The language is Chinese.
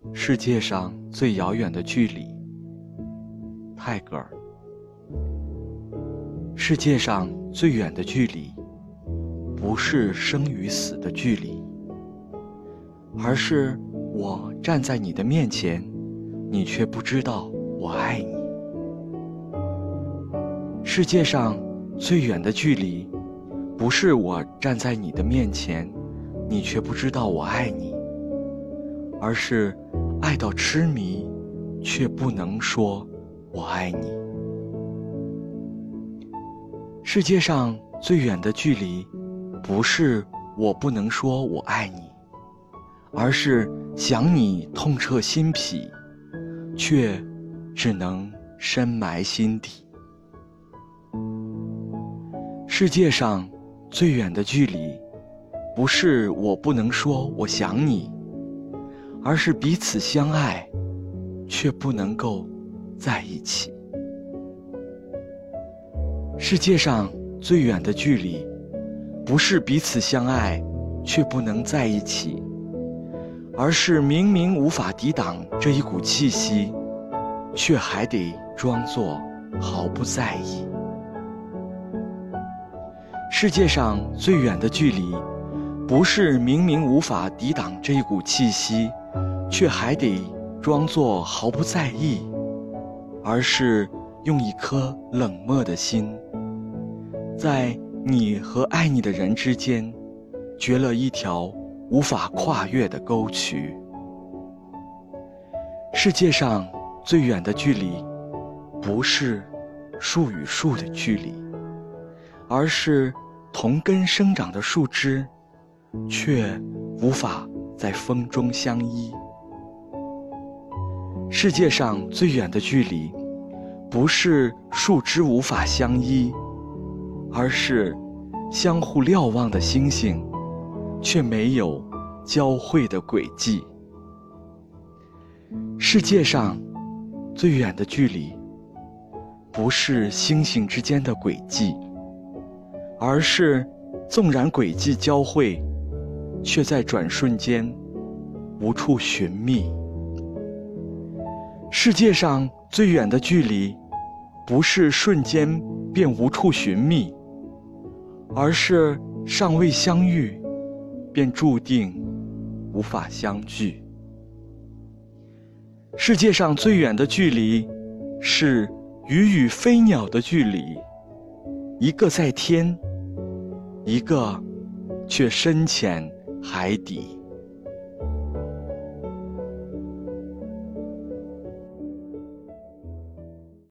世界上最遥远的距离，泰戈尔。世界上最远的距离，不是生与死的距离，而是我站在你的面前，你却不知道我爱你。世界上最远的距离，不是我站在你的面前，你却不知道我爱你，而是爱到痴迷，却不能说我爱你。世界上最远的距离，不是我不能说我爱你，而是想你痛彻心脾，却只能深埋心底。世界上最远的距离，不是我不能说我想你，而是彼此相爱，却不能够在一起。世界上最远的距离，不是彼此相爱，却不能在一起，而是明明无法抵挡这一股气息，却还得装作毫不在意。世界上最远的距离，不是明明无法抵挡这一股气息，却还得装作毫不在意，而是用一颗冷漠的心，在你和爱你的人之间，掘了一条无法跨越的沟渠。世界上最远的距离，不是树与树的距离，而是同根生长的树枝，却无法在风中相依。世界上最远的距离，不是树枝无法相依，而是相互瞭望的星星，却没有交汇的轨迹。世界上最远的距离，不是星星之间的轨迹，而是纵然轨迹交汇，却在转瞬间无处寻觅。世界上最远的距离，不是瞬间便无处寻觅，而是尚未相遇，便注定无法相聚。世界上最远的距离，是鱼与飞鸟的距离，一个在天，一个却深潜海底。